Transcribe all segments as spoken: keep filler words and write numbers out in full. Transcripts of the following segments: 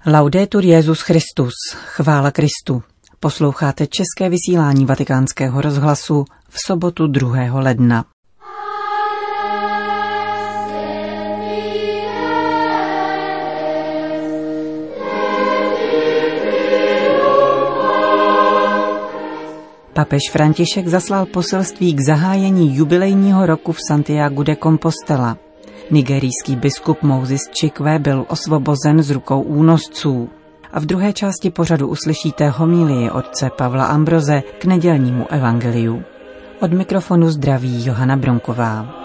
Laudetur Jesus Christus, chvála Kristu. Posloucháte české vysílání Vatikánského rozhlasu v sobotu druhého ledna. Papež František zaslal poselství k zahájení jubilejního roku v Santiagu de Compostela. Nigerijský biskup Moses Chikwe byl osvobozen z rukou únosců. A v druhé části pořadu uslyšíte homilii otce Pavla Ambroze k nedělnímu evangeliu. Od mikrofonu zdraví Johana Bronková.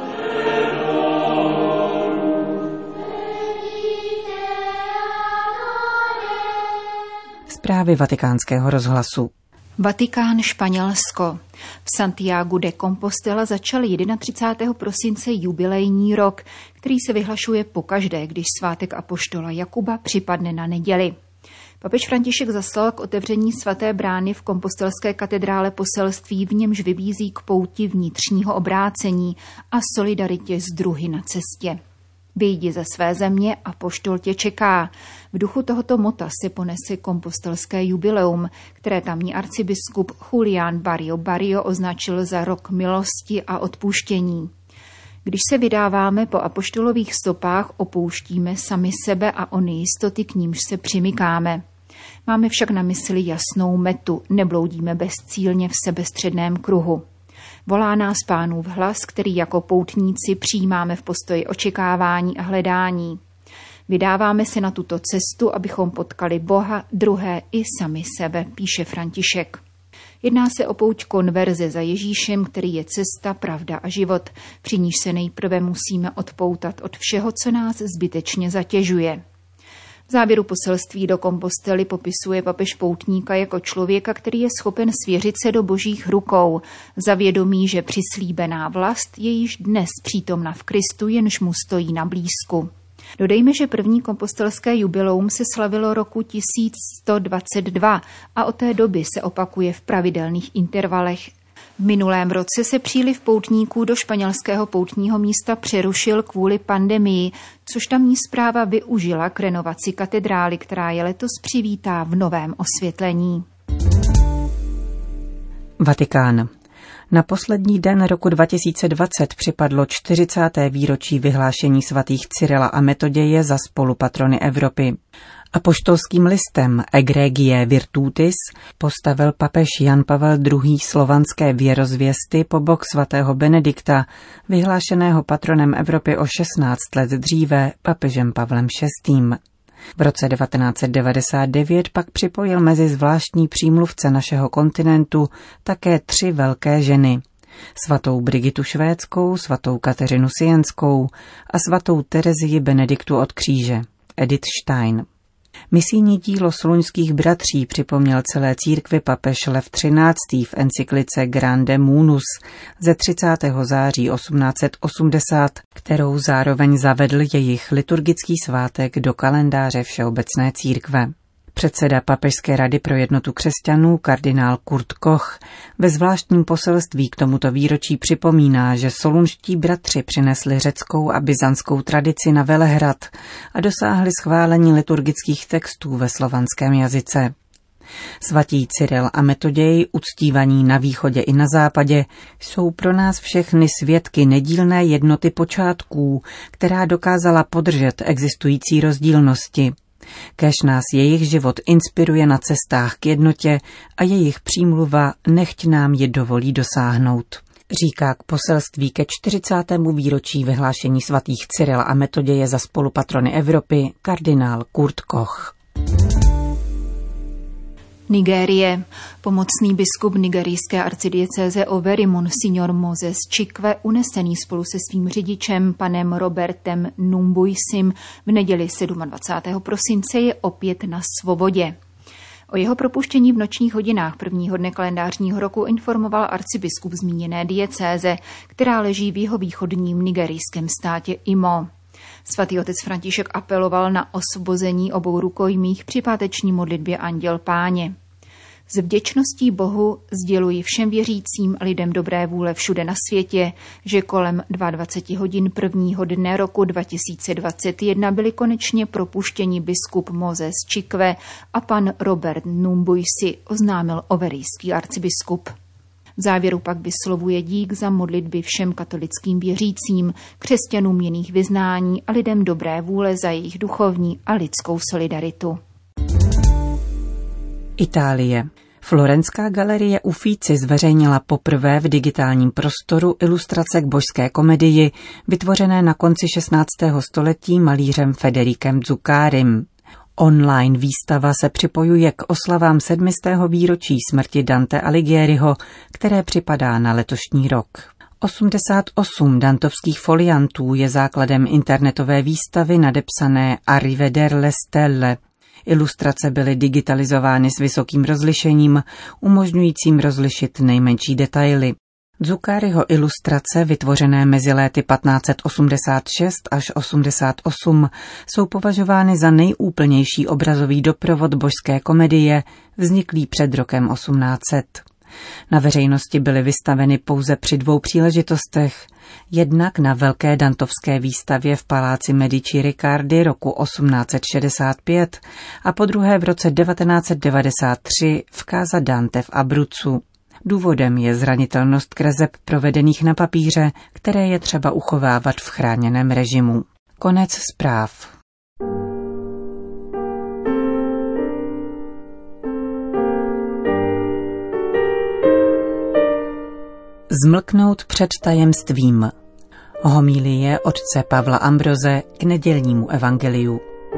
Zprávy Vatikánského rozhlasu. Vatikán, Španělsko. V Santiagu de Compostela začal třicátého prvního prosince jubilejní rok, který se vyhlašuje pokaždé, když svátek apoštola Jakuba připadne na neděli. Papež František zaslal k otevření svaté brány v kompostelské katedrále poselství, v němž vybízí k pouti vnitřního obrácení a solidaritě s druhy na cestě. Vyjdi ze své země, apoštol tě čeká. V duchu tohoto mota se ponese kompostelské jubileum, které tamní arcibiskup Julián Barrio Barrio označil za rok milosti a odpuštění. Když se vydáváme po apoštolových stopách, opouštíme sami sebe a ony jistoty, k nímž se přimykáme. Máme však na mysli jasnou metu, nebloudíme bezcílně v sebestředném kruhu. Volá nás Pánův hlas, který jako poutníci přijímáme v postoji očekávání a hledání. Vydáváme se na tuto cestu, abychom potkali Boha, druhé i sami sebe, píše František. Jedná se o pouť konverze za Ježíšem, který je cesta, pravda a život, při níž se nejprve musíme odpoutat od všeho, co nás zbytečně zatěžuje. V závěru poselství do Compostely popisuje papež poutníka jako člověka, který je schopen svěřit se do božích rukou, za vědomí, že přislíbená vlast je již dnes přítomna v Kristu, jenž mu stojí na blízku. Dodejme, že první kompostelské jubileum se slavilo roku tisíc sto dvacet dva a od té doby se opakuje v pravidelných intervalech. V minulém roce se příliv poutníků do španělského poutního místa přerušil kvůli pandemii, což tamní správa využila k renovaci katedrály, která je letos přivítá v novém osvětlení. Vatikán. Na poslední den roku dva tisíce dvacet připadlo čtyřicáté výročí vyhlášení svatých Cyrila a Metoděje za spolupatrony Evropy. Apoštolským listem Egregie Virtutis postavil papež Jan Pavel druhý. Slovanské věrozvěsty po bok svatého Benedikta, vyhlášeného patronem Evropy o šestnáct let dříve papežem Pavlem šestým. V roce devatenáct set devadesát devět pak připojil mezi zvláštní přímluvce našeho kontinentu také tři velké ženy. Svatou Brigitu Švédskou, svatou Kateřinu Sienskou a svatou Terezii Benediktu od kříže, Edith Stein. Misijní dílo Soluňských bratří připomněl celé církvi papež Lev třináctý. v encyklice Grande Munus ze třicátého září osmnáct set osmdesát, kterou zároveň zavedl jejich liturgický svátek do kalendáře Všeobecné církve. Předseda Papežské rady pro jednotu křesťanů kardinál Kurt Koch ve zvláštním poselství k tomuto výročí připomíná, že solunští bratři přinesli řeckou a byzantskou tradici na Velehrad a dosáhli schválení liturgických textů ve slovanském jazyce. Svatí Cyril a Metoděj, uctívaní na východě i na západě, jsou pro nás všechny svědky nedílné jednoty počátků, která dokázala podržet existující rozdílnosti. Kéž nás jejich život inspiruje na cestách k jednotě a jejich přímluva nechť nám je dovolí dosáhnout. Říká k poselství ke čtyřicátému výročí vyhlášení svatých Cyrila a Metoděje za spolupatrony Evropy kardinál Kurt Koch. Nigérie. Pomocný biskup nigerijské arcidiecéze Owerri Monsignor Moses Chikwe, unesený spolu se svým řidičem panem Robertem Numbuisim, v neděli dvacátého sedmého prosince je opět na svobodě. O jeho propuštění v nočních hodinách prvního dne kalendářního roku informoval arcibiskup zmíněné diecéze, která leží v jihovýchodním nigerijském státě Imo. Svatý otec František apeloval na osvobození obou rukojmích při páteční modlitbě Anděl Páně. S vděčností Bohu sděluji všem věřícím a lidem dobré vůle všude na světě, že kolem dvacet dva hodin prvního dne roku dva tisíce dvacet jedna byli konečně propuštěni biskup Moses Čikve a pan Robert Numbuisi, oznámil overijský arcibiskup. V závěru pak vyslovuje dík za modlitby všem katolickým věřícím, křesťanům jiných vyznání a lidem dobré vůle za jejich duchovní a lidskou solidaritu. Itálie. Florentská galerie Uffizi zveřejnila poprvé v digitálním prostoru ilustrace k božské komedii, vytvořené na konci šestnáctého století malířem Federikem Zuccarim. Online výstava se připojuje k oslavám sedmistého výročí smrti Dante Alighieriho, které připadá na letošní rok. osmdesát osm dantovských foliantů je základem internetové výstavy nadepsané Arriveder le stelle. Ilustrace byly digitalizovány s vysokým rozlišením, umožňujícím rozlišit nejmenší detaily. Zuccariho ilustrace, vytvořené mezi léty patnáct set osmdesát šest až osmdesát osm, jsou považovány za nejúplnější obrazový doprovod božské komedie, vzniklý před rokem osmnáct set. Na veřejnosti byly vystaveny pouze při dvou příležitostech. Jednak na velké dantovské výstavě v paláci Medici Riccardi roku osmnáct set šedesát pět a podruhé v roce devatenáct set devadesát tři v Casa Dante v Abruzzu. Důvodem je zranitelnost kreseb provedených na papíře, které je třeba uchovávat v chráněném režimu. Konec zpráv. Zmlknout před tajemstvím. Homilie otce Pavla Ambroze k nedělnímu evangeliu.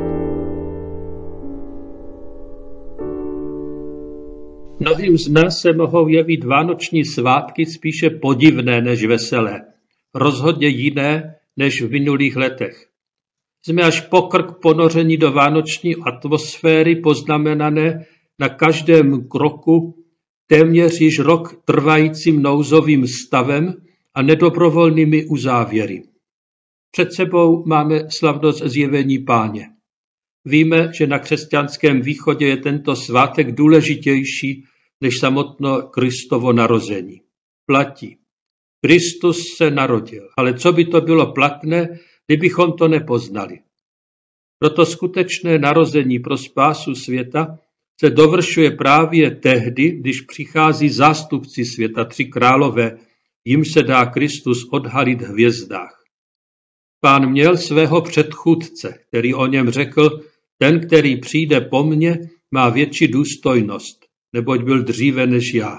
Mnohým z nás se mohou jevit vánoční svátky spíše podivné než veselé, rozhodně jiné než v minulých letech. Jsme až po krk ponoření do vánoční atmosféry poznamenané na každém kroku téměř již rok trvajícím nouzovým stavem a nedobrovolnými uzávěry. Před sebou máme slavnost zjevení Páně. Víme, že na křesťanském východě je tento svátek důležitější než samotné Kristovo narození. Platí. Kristus se narodil, ale co by to bylo platné, kdybychom to nepoznali. Proto skutečné narození pro spásu světa se dovršuje právě tehdy, když přichází zástupci světa, tři králové, jim se dá Kristus odhalit v hvězdách. Pán měl svého předchůdce, který o něm řekl, ten, který přijde po mně, má větší důstojnost, neboť byl dříve než já.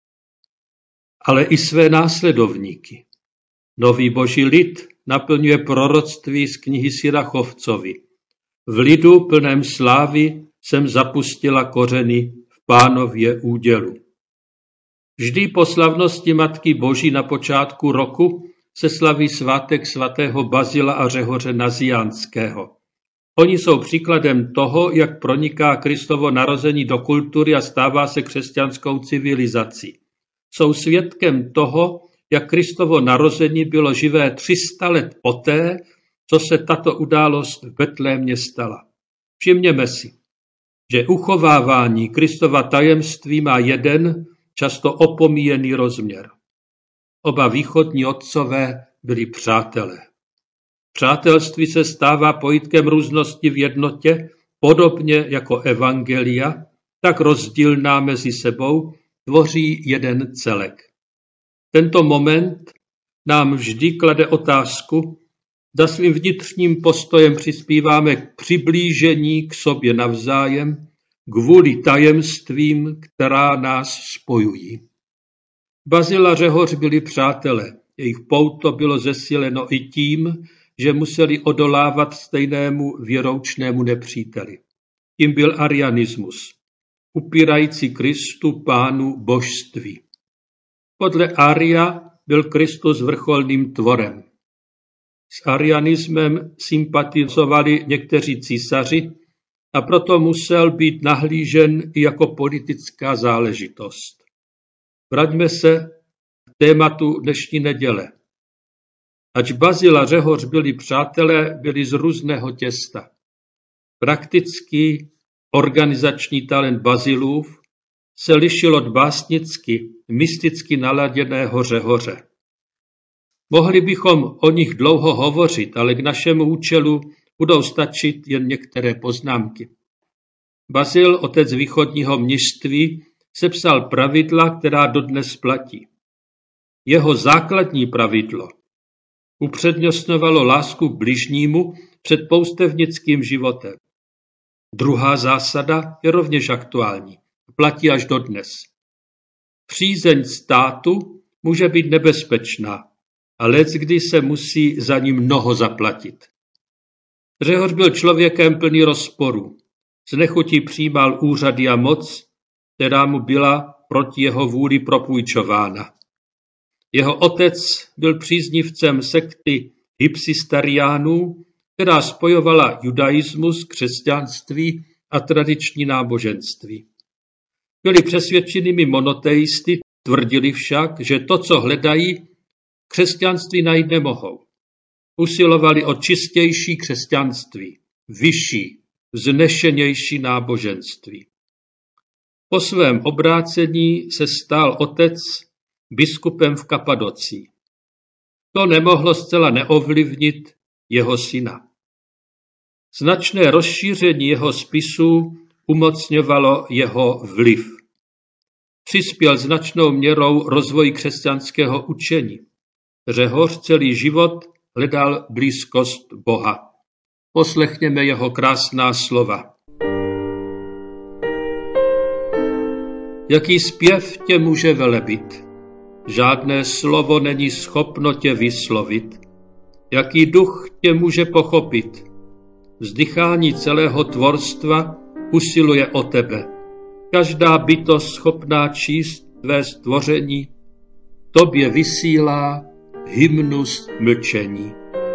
Ale i své následovníky. Nový boží lid naplňuje proroctví z knihy Sirachovcovi. V lidu plném slávy jsem zapustila kořeny v Pánově údělu. Vždy po slavnosti Matky Boží na počátku roku se slaví svátek svatého Bazila a Řehoře Nazianského. Oni jsou příkladem toho, jak proniká Kristovo narození do kultury a stává se křesťanskou civilizací. Jsou svědkem toho, jak Kristovo narození bylo živé tři sta let poté, co se tato událost v Betlémě stala. Všimněme si, že uchovávání Kristova tajemství má jeden, často opomíjený rozměr. Oba východní otcové byli přátelé. Přátelství se stává pojitkem různosti v jednotě, podobně jako evangelia, tak rozdílná mezi sebou tvoří jeden celek. Tento moment nám vždy klade otázku, zda svým vnitřním postojem přispíváme k přiblížení k sobě navzájem, kvůli tajemstvím, která nás spojují. Bazil a Řehoř byli přátelé, jejich pouto bylo zesíleno i tím, že museli odolávat stejnému věroučnému nepříteli. Tím byl arianismus, upírající Kristu Pánu božství. Podle Aria byl Kristus vrcholným tvorem. S arianismem sympatizovali někteří císaři a proto musel být nahlížen i jako politická záležitost. Vraťme se k tématu dnešní neděle. Ač Bazil a Řehoř byli přátelé, byli z různého těsta. Praktický organizační talent Bazilův se lišil od básnicky, mysticky naladěného Řehoře. Mohli bychom o nich dlouho hovořit, ale k našemu účelu budou stačit jen některé poznámky. Bazil, otec východního mnišství, sepsal pravidla, která dodnes platí. Jeho základní pravidlo upřednostňovalo lásku k bližnímu před poustevnickým životem. Druhá zásada je rovněž aktuální. Platí až dodnes. Přízeň státu může být nebezpečná, a leckdy se musí za ní mnoho zaplatit. Řehoř byl člověkem plný rozporů. Z nechutí přijímal úřady a moc, která mu byla proti jeho vůli propůjčována. Jeho otec byl příznivcem sekty hypsistariánů, která spojovala judaismus, křesťanství a tradiční náboženství. Byli přesvědčenými monoteisty, tvrdili však, že to, co hledají, křesťanství najít nemohou. Usilovali o čistější křesťanství, vyšší, vznešenější náboženství. Po svém obrácení se stal otec biskupem v Kapadocii. To nemohlo zcela neovlivnit jeho syna. Značné rozšíření jeho spisů umocňovalo jeho vliv. Přispěl značnou měrou rozvoji křesťanského učení. Řehoř celý život hledal blízkost Boha. Poslechněme jeho krásná slova. Jaký zpěv tě může velebit? Žádné slovo není schopno tě vyslovit. Jaký duch tě může pochopit? Vzdychání celého tvorstva usiluje o tebe. Každá bytost schopná číst tvé stvoření tobě vysílá hymnus mlčení.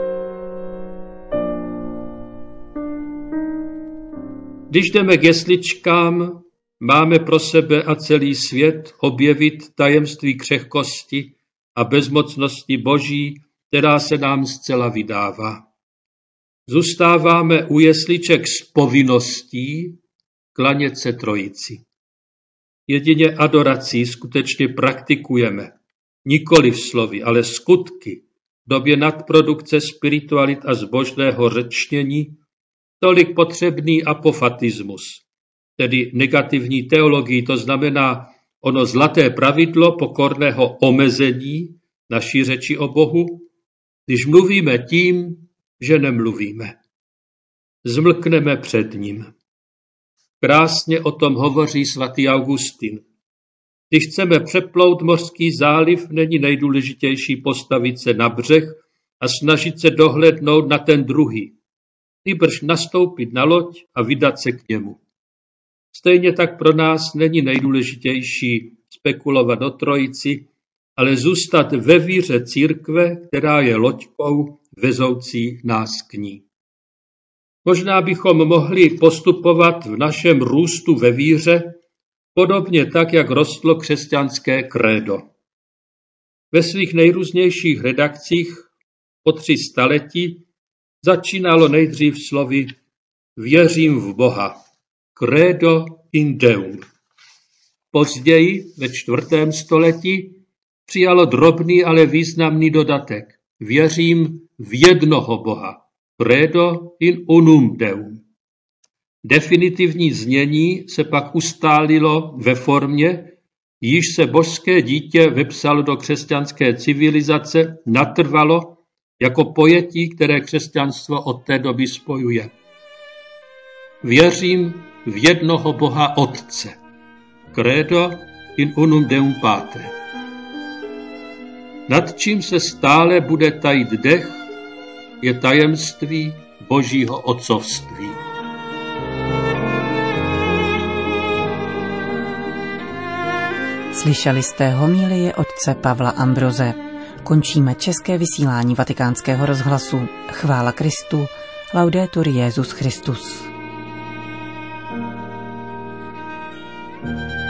Když jdeme k jesličkám, máme pro sebe a celý svět objevit tajemství křehkosti a bezmocnosti Boží, která se nám zcela vydává. Zůstáváme u jesliček s povinností klanět se Trojici. Jedině adorací skutečně praktikujeme, nikoli v slovy, ale skutky, v době nadprodukce spiritualit a zbožného řečnění, tolik potřebný apofatismus, tedy negativní teologii, to znamená ono zlaté pravidlo pokorného omezení naší řeči o Bohu, když mluvíme tím, že nemluvíme. Zmlkneme před ním. Krásně o tom hovoří svatý Augustin. Když chceme přeplout mořský záliv, není nejdůležitější postavit se na břeh a snažit se dohlédnout na ten druhý. Nýbrž nastoupit na loď a vydat se k němu. Stejně tak pro nás není nejdůležitější spekulovat o Trojici, ale zůstat ve víře církve, která je loďkou vezoucí nás k ní. Možná bychom mohli postupovat v našem růstu ve víře podobně tak, jak rostlo křesťanské krédo. Ve svých nejrůznějších redakcích po tři staletí začínalo nejdřív slovy věřím v Boha, credo in Deum. Později, ve čtvrtém století, přijalo drobný, ale významný dodatek. Věřím v jednoho Boha, credo in unum Deum. Definitivní znění se pak ustálilo ve formě, již se božské dítě vepsalo do křesťanské civilizace, natrvalo jako pojetí, které křesťanstvo od té doby spojuje. Věřím v jednoho Boha Otce, credo in unum Deum Patre. Nad čím se stále bude tajit dech, je tajemství Božího otcovství. Slyšeli jste homilie otce Pavla Ambroze. Končíme české vysílání Vatikánského rozhlasu. Chvála Kristu, laudetur Jesus Christus.